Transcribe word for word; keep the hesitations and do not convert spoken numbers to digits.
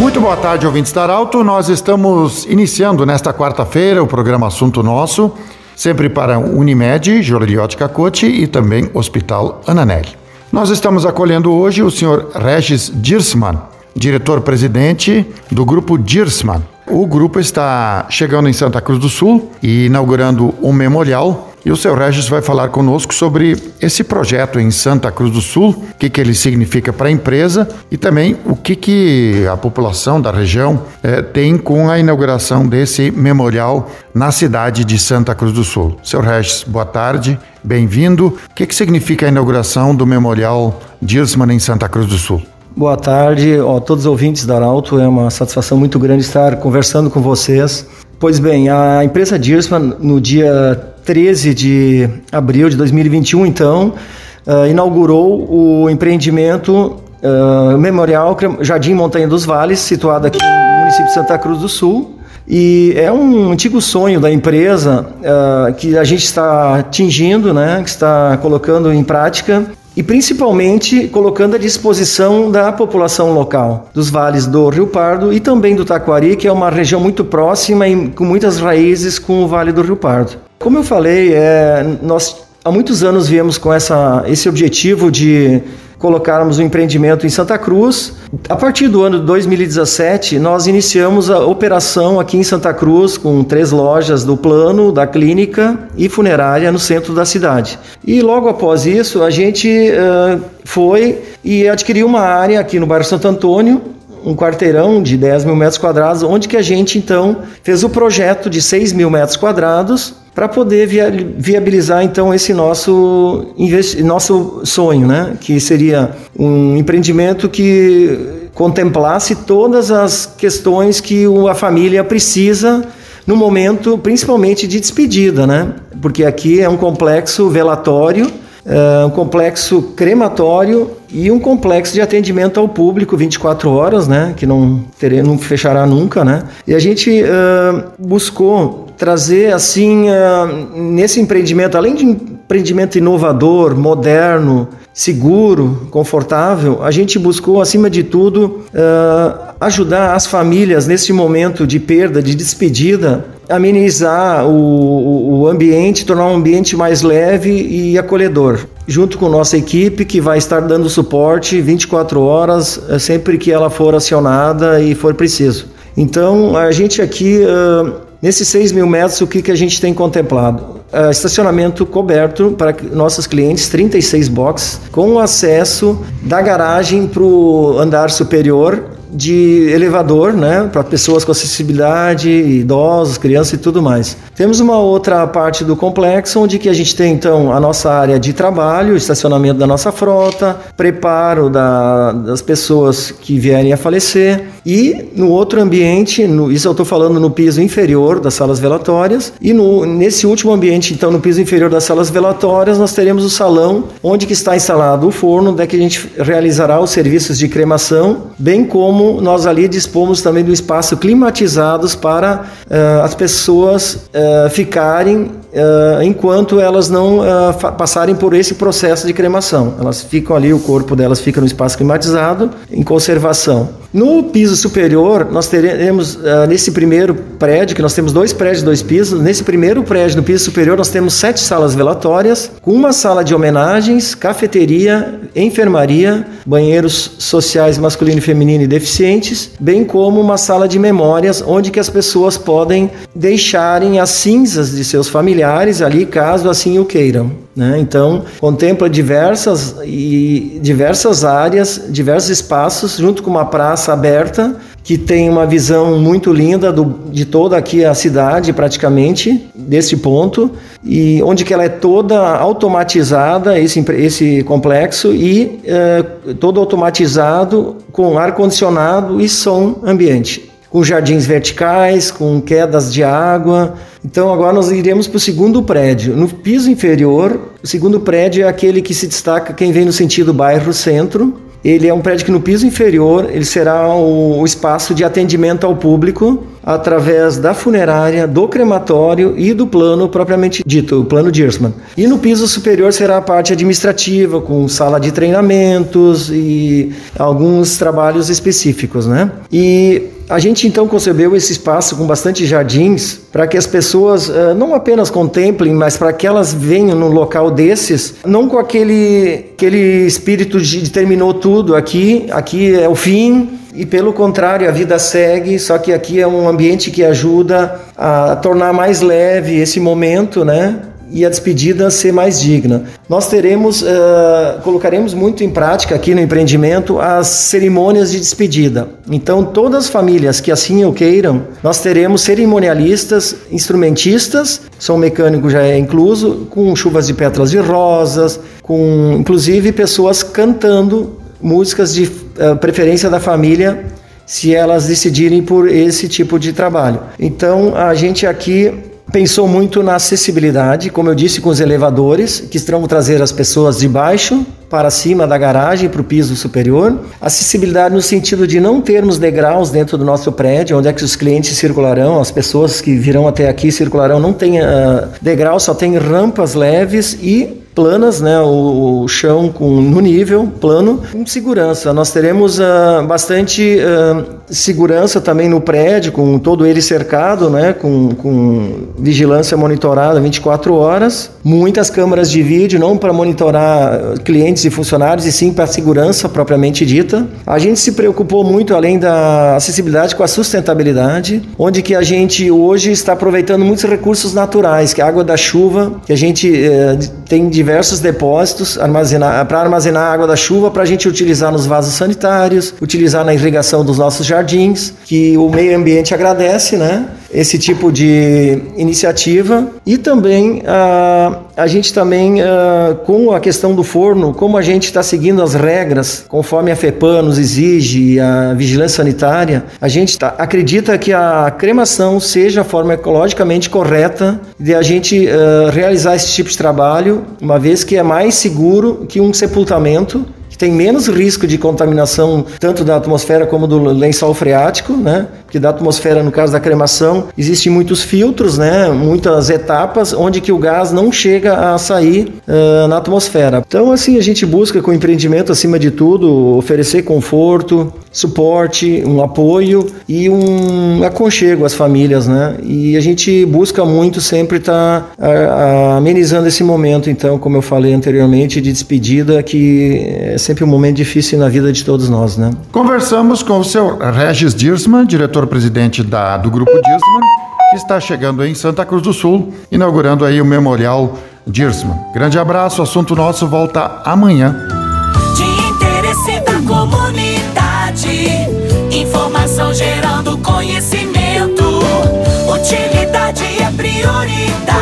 Muito boa tarde, ouvintes da Arauto. Nós estamos iniciando nesta quarta-feira o programa Assunto Nosso, sempre para Unimed, Joalheria e Ótica Cote e também Hospital Ananelli. Nós estamos acolhendo hoje o senhor Regis Dircmann, diretor-presidente do Grupo Dircmann. O grupo está chegando em Santa Cruz do Sul e inaugurando um memorial. E o seu Regis vai falar conosco sobre esse projeto em Santa Cruz do Sul, o que, que ele significa para a empresa e também o que, que a população da região eh, tem com a inauguração desse memorial na cidade de Santa Cruz do Sul. Seu Regis, boa tarde, bem-vindo. O que, que significa a inauguração do memorial Dircmann em Santa Cruz do Sul? Boa tarde a todos os ouvintes da Arauto, é uma satisfação muito grande estar conversando com vocês. Pois bem, a empresa Dircmann, no dia treze de abril de dois mil e vinte e um, então, uh, inaugurou o empreendimento uh, Memorial Jardim Montanha dos Vales, situado aqui no município de Santa Cruz do Sul. E é um antigo sonho da empresa uh, que a gente está atingindo, né, que está colocando em prática e principalmente colocando à disposição da população local, dos vales do Rio Pardo e também do Taquari, que é uma região muito próxima e com muitas raízes com o Vale do Rio Pardo. Como eu falei, é, nós há muitos anos viemos com essa, esse objetivo de colocarmos um empreendimento em Santa Cruz. A partir do ano de dois mil e dezessete, nós iniciamos a operação aqui em Santa Cruz com três lojas do plano, da clínica e funerária no centro da cidade. E logo após isso, a gente uh, foi e adquiriu uma área aqui no bairro Santo Antônio, um quarteirão de dez mil metros quadrados, onde que a gente então fez o projeto de seis mil metros quadrados para poder via- viabilizar então esse nosso, investi- nosso sonho, né? Que seria um empreendimento que contemplasse todas as questões que a família precisa no momento, principalmente de despedida, né? Porque aqui é um complexo velatório, é um complexo crematório e um complexo de atendimento ao público vinte e quatro horas, né? Que não, terê, não fechará nunca, né? E a gente uh, buscou trazer, assim, uh, nesse empreendimento, além de um empreendimento inovador, moderno, seguro, confortável, a gente buscou, acima de tudo, uh, ajudar as famílias nesse momento de perda, de despedida, amenizar o, o ambiente, tornar um ambiente mais leve e acolhedor. Junto com nossa equipe, que vai estar dando suporte vinte e quatro horas, sempre que ela for acionada e for preciso. Então, a gente aqui, uh, nesses seis mil metros, o que, que a gente tem contemplado? Uh, estacionamento coberto para nossos clientes, trinta e seis boxes, com acesso da garagem para o andar superior, de elevador, né, para pessoas com acessibilidade, idosos, crianças e tudo mais. Temos uma outra parte do complexo onde que a gente tem então a nossa área de trabalho, estacionamento da nossa frota, preparo da, das pessoas que vierem a falecer e no outro ambiente, no, isso eu estou falando no piso inferior das salas velatórias e no, nesse último ambiente então no piso inferior das salas velatórias nós teremos o salão onde que está instalado o forno, onde é que a gente realizará os serviços de cremação, bem como nós ali dispomos também do espaço climatizados para uh, as pessoas uh, ficarem uh, enquanto elas não uh, fa- passarem por esse processo de cremação. Elas ficam ali, o corpo delas fica no espaço climatizado, em conservação. No piso superior, nós teremos, uh, nesse primeiro prédio, que nós temos dois prédios, dois pisos, nesse primeiro prédio, no piso superior, nós temos sete salas velatórias, com uma sala de homenagens, cafeteria, enfermaria, banheiros sociais masculino e feminino e deficientes, bem como uma sala de memórias, onde que as pessoas podem deixarem as cinzas de seus familiares ali, caso assim o queiram. Né? Então, contempla diversas, e, diversas áreas, diversos espaços, junto com uma praça aberta, que tem uma visão muito linda do, de toda aqui a cidade, praticamente, desse ponto, e onde que ela é toda automatizada, esse, esse complexo, e é, todo automatizado com ar-condicionado e som ambiente, com jardins verticais, com quedas de água. Então agora nós iremos para o segundo prédio. No piso inferior, o segundo prédio é aquele que se destaca quem vem no sentido bairro-centro, Ele é um prédio que no piso inferior ele será o, o espaço de atendimento ao público através da funerária, do crematório e do plano propriamente dito, o plano Dircmann. E no piso superior será a parte administrativa, com sala de treinamentos e alguns trabalhos específicos, né? E a gente então concebeu esse espaço com bastante jardins para que as pessoas uh, não apenas contemplem, mas para que elas venham num local desses, não com aquele, aquele espírito de terminou tudo, aqui, aqui é o fim, e pelo contrário, a vida segue, só que aqui é um ambiente que ajuda a tornar mais leve esse momento, né? E a despedida ser mais digna. Nós teremos, uh, colocaremos muito em prática aqui no empreendimento as cerimônias de despedida. Então, todas as famílias que assim o queiram, nós teremos cerimonialistas, instrumentistas, som mecânico já é incluso, com chuvas de pétalas de rosas, com inclusive pessoas cantando músicas de uh, preferência da família, se elas decidirem por esse tipo de trabalho. Então, a gente aqui pensou muito na acessibilidade, como eu disse, com os elevadores, que estão trazer as pessoas de baixo para cima da garagem, para o piso superior. Acessibilidade no sentido de não termos degraus dentro do nosso prédio, onde é que os clientes circularão, as pessoas que virão até aqui circularão, não tem uh, degrau, só tem rampas leves e planas, né, o, o chão com, no nível plano, com segurança. Nós teremos uh, bastante uh, segurança também no prédio, com todo ele cercado, né, com, com vigilância monitorada vinte e quatro horas, muitas câmeras de vídeo, não para monitorar clientes e funcionários, e sim para a segurança propriamente dita. A gente se preocupou muito, além da acessibilidade, com a sustentabilidade, onde que a gente hoje está aproveitando muitos recursos naturais, que é a água da chuva, que a gente uh, tem de diversos depósitos armazenar, para armazenar a água da chuva, para a gente utilizar nos vasos sanitários, utilizar na irrigação dos nossos jardins, que o meio ambiente agradece, né? Esse tipo de iniciativa. E também a, a gente também a, com a questão do forno, como a gente está seguindo as regras conforme a FEPAM nos exige, a vigilância sanitária, a gente tá, acredita que a cremação seja a forma ecologicamente correta de a gente a, realizar esse tipo de trabalho, uma vez que é mais seguro que um sepultamento, que tem menos risco de contaminação tanto da atmosfera como do lençol freático, né? Que da atmosfera, no caso da cremação, existem muitos filtros, né? Muitas etapas onde que o gás não chega a sair uh, na atmosfera. Então, assim, a gente busca com o empreendimento, acima de tudo, oferecer conforto, suporte, um apoio e um aconchego às famílias, né? E a gente busca muito sempre estar tá, amenizando esse momento, então, como eu falei anteriormente, de despedida, que é sempre um momento difícil na vida de todos nós, né? Conversamos com o seu Regis Dircmann, diretor-presidente da, do Grupo Dircmann, que está chegando em Santa Cruz do Sul, inaugurando aí o Memorial Dircmann. Grande abraço, o assunto nosso volta amanhã. De interesse da comunidade, informação gerando conhecimento, utilidade é prioridade.